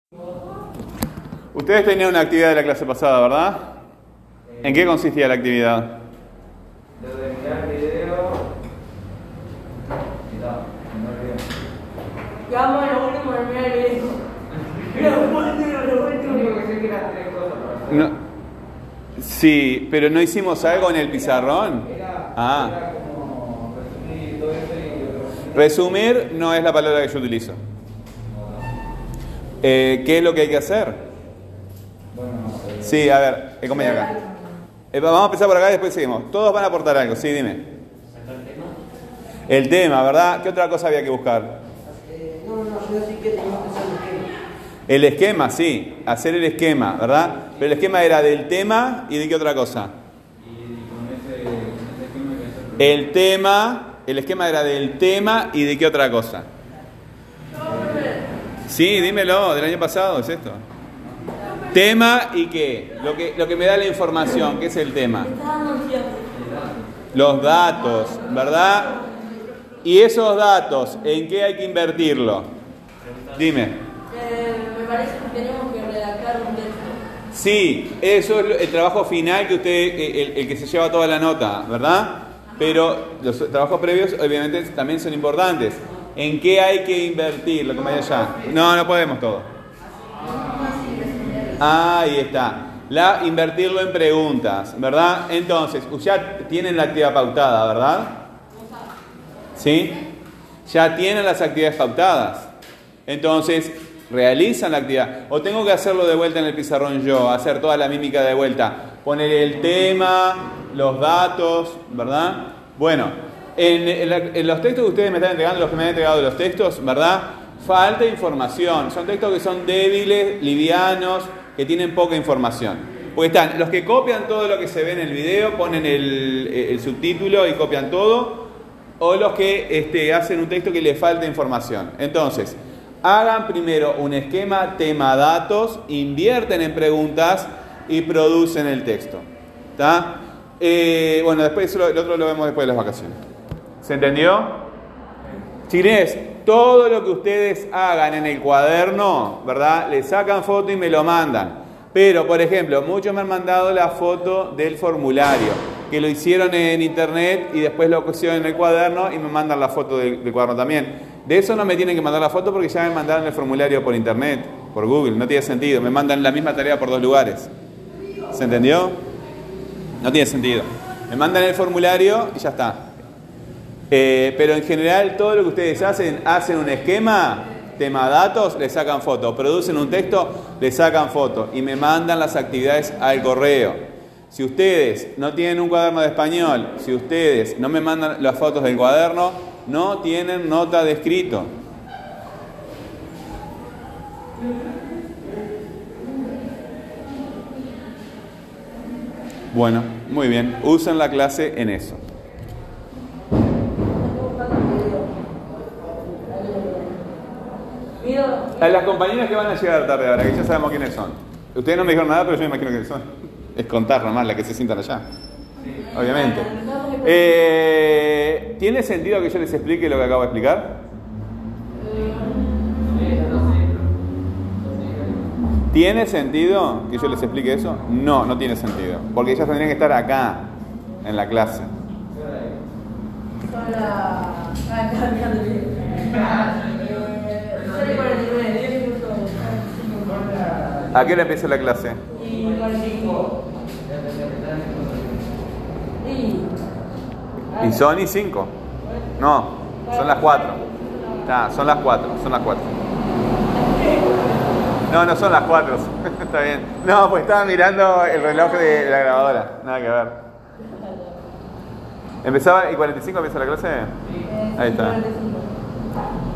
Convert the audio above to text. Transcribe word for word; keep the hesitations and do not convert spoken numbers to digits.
Ustedes tenían una actividad de la clase pasada, ¿verdad? ¿En qué consistía la actividad? Lo de mirar el video. Mirá, mirar el video. Ya vamos a lo último de mirar el video. Lo último, lo último. Único que sé que las tres cosas para hacer. No. Sí, pero no hicimos algo en el pizarrón. Era, Ah. era como resumir todo eso y Resumir no es la palabra que yo utilizo. Eh, ¿Qué es lo que hay que hacer? Bueno, eh, Sí, a ver, eh, acompaña acá. Eh, vamos a empezar por acá y después seguimos. Todos van a aportar algo, sí, dime. El tema, ¿verdad? ¿Qué otra cosa había que buscar? Eh, no, no, yo sí que tenemos que hacer el esquema. El esquema, sí, hacer el esquema, ¿verdad? Pero el esquema era del tema y de qué otra cosa. y con ese, con ese esquema hay que hacer. El tema, el esquema era del tema y de qué otra cosa. Sí, dímelo, del año pasado es esto. Tema y qué, lo que, lo que me da la información, ¿qué es el tema? Los datos, ¿verdad? Y esos datos, ¿en qué hay que invertirlo? Dime. Eh, me parece que tenemos que redactar un texto. Sí, eso es el trabajo final que usted, el, el que se lleva toda la nota, ¿verdad? Pero los trabajos previos obviamente también son importantes. ¿En qué hay que invertirlo? Como allá. No, no podemos todo. Ahí está. La, invertirlo en preguntas, ¿verdad? Entonces, ya tienen la actividad pautada, ¿verdad? ¿Sí? Ya tienen las actividades pautadas. Entonces, realizan la actividad. O tengo que hacerlo de vuelta en el pizarrón yo, hacer toda la mímica de vuelta. Poner el tema, los datos, ¿verdad? Bueno, en, en, la, en los textos que ustedes me están entregando, los que me han entregado los textos, ¿verdad? Falta información. Son textos que son débiles, livianos, que tienen poca información. Porque están los que copian todo lo que se ve en el video, ponen el, el subtítulo y copian todo, o los que este, hacen un texto que le falta información. Entonces, hagan primero un esquema tema-datos, invierten en preguntas y producen el texto. ¿Está? Eh, bueno, después lo, el otro lo vemos después de las vacaciones. ¿Se entendió? Chiles, todo lo que ustedes hagan en el cuaderno, ¿verdad? Le sacan foto y me lo mandan. Pero, por ejemplo, muchos me han mandado la foto del formulario, que lo hicieron en internet y después lo pusieron en el cuaderno y me mandan la foto del, del cuaderno también. De eso no me tienen que mandar la foto porque ya me mandaron el formulario por internet, por Google. No tiene sentido. Me mandan la misma tarea por dos lugares. ¿Se entendió? No tiene sentido. Me mandan el formulario y ya está. Eh, pero en general todo lo que ustedes hacen, hacen un esquema, tema datos, le sacan foto, producen un texto, le sacan foto y me mandan las actividades al correo. Si ustedes no tienen un cuaderno de español, si ustedes no me mandan las fotos del cuaderno, no tienen nota de escrito. Bueno, muy bien, usen la clase en eso. A las compañeras que van a llegar tarde ahora, que ya sabemos quiénes son. Ustedes no me dijeron nada, pero yo me imagino quiénes son. Es contar nomás las que se sientan allá. Obviamente. Eh, ¿Tiene sentido que yo les explique lo que acabo de explicar? ¿Tiene sentido que yo les explique eso? No, no tiene sentido. Porque ellas tendrían que estar acá, en la clase. Son ¿A qué hora empieza la clase? Y son y cinco. No, son las cuatro. Ah, son las cuatro, son las cuatro. No, no son las cuatro. Está bien. No, pues estaba mirando el reloj de la grabadora. Nada que ver. ¿Empezaba y cuarenta y cinco empieza la clase? Ahí está.